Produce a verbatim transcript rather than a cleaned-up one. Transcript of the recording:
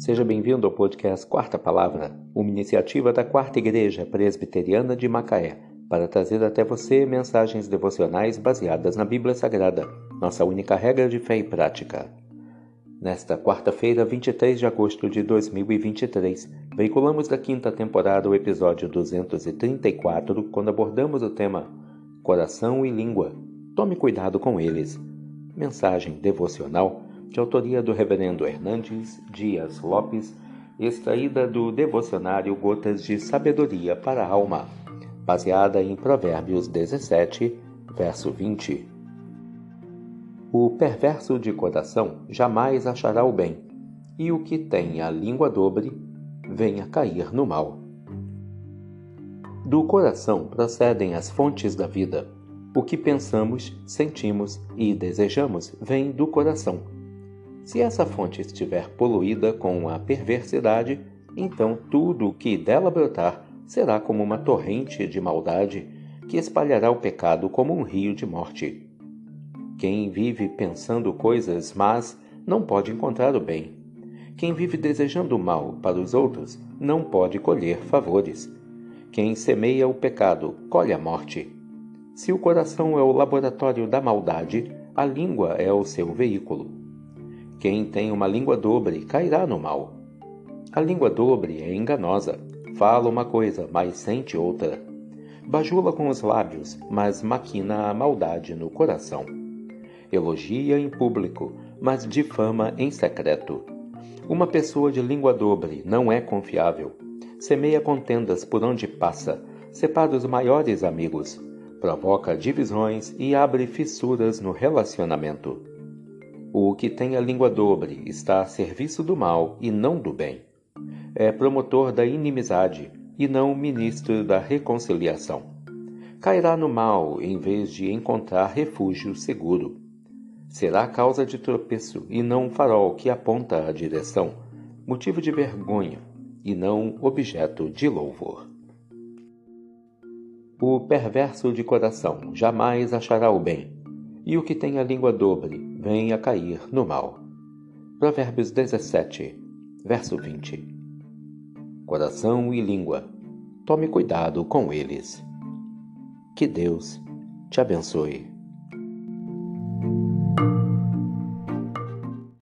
Seja bem-vindo ao podcast Quarta Palavra, uma iniciativa da Quarta Igreja Presbiteriana de Macaé, para trazer até você mensagens devocionais baseadas na Bíblia Sagrada, nossa única regra de fé e prática. Nesta quarta-feira, vinte e três de agosto de dois mil e vinte e três, veiculamos da quinta temporada o episódio duzentos e trinta e quatro, quando abordamos o tema Coração e Língua. Tome cuidado com eles. Mensagem devocional de autoria do reverendo Hernandes Dias Lopes, extraída do devocionário Gotas de Sabedoria para a Alma, baseada em Provérbios dezessete, verso vinte. O perverso de coração jamais achará o bem, e o que tem a língua dobre venha cair no mal. Do coração procedem as fontes da vida. O que pensamos, sentimos e desejamos vem do coração. Se essa fonte estiver poluída com a perversidade, então tudo o que dela brotar será como uma torrente de maldade que espalhará o pecado como um rio de morte. Quem vive pensando coisas más não pode encontrar o bem. Quem vive desejando o mal para os outros não pode colher favores. Quem semeia o pecado colhe a morte. Se o coração é o laboratório da maldade, a língua é o seu veículo. Quem tem uma língua dobre cairá no mal. A língua dobre é enganosa. Fala uma coisa, mas sente outra. Bajula com os lábios, mas maquina a maldade no coração. Elogia em público, mas difama em secreto. Uma pessoa de língua dobre não é confiável. Semeia contendas por onde passa, separa os maiores amigos, provoca divisões e abre fissuras no relacionamento. O que tem a língua dobre está a serviço do mal e não do bem. É promotor da inimizade e não ministro da reconciliação. Cairá no mal em vez de encontrar refúgio seguro. Será causa de tropeço e não um farol que aponta a direção, motivo de vergonha e não objeto de louvor. O perverso de coração jamais achará o bem, e o que tem a língua dobre vem a cair no mal. Provérbios dezessete, verso vinte. Coração e língua, tome cuidado com eles. Que Deus te abençoe.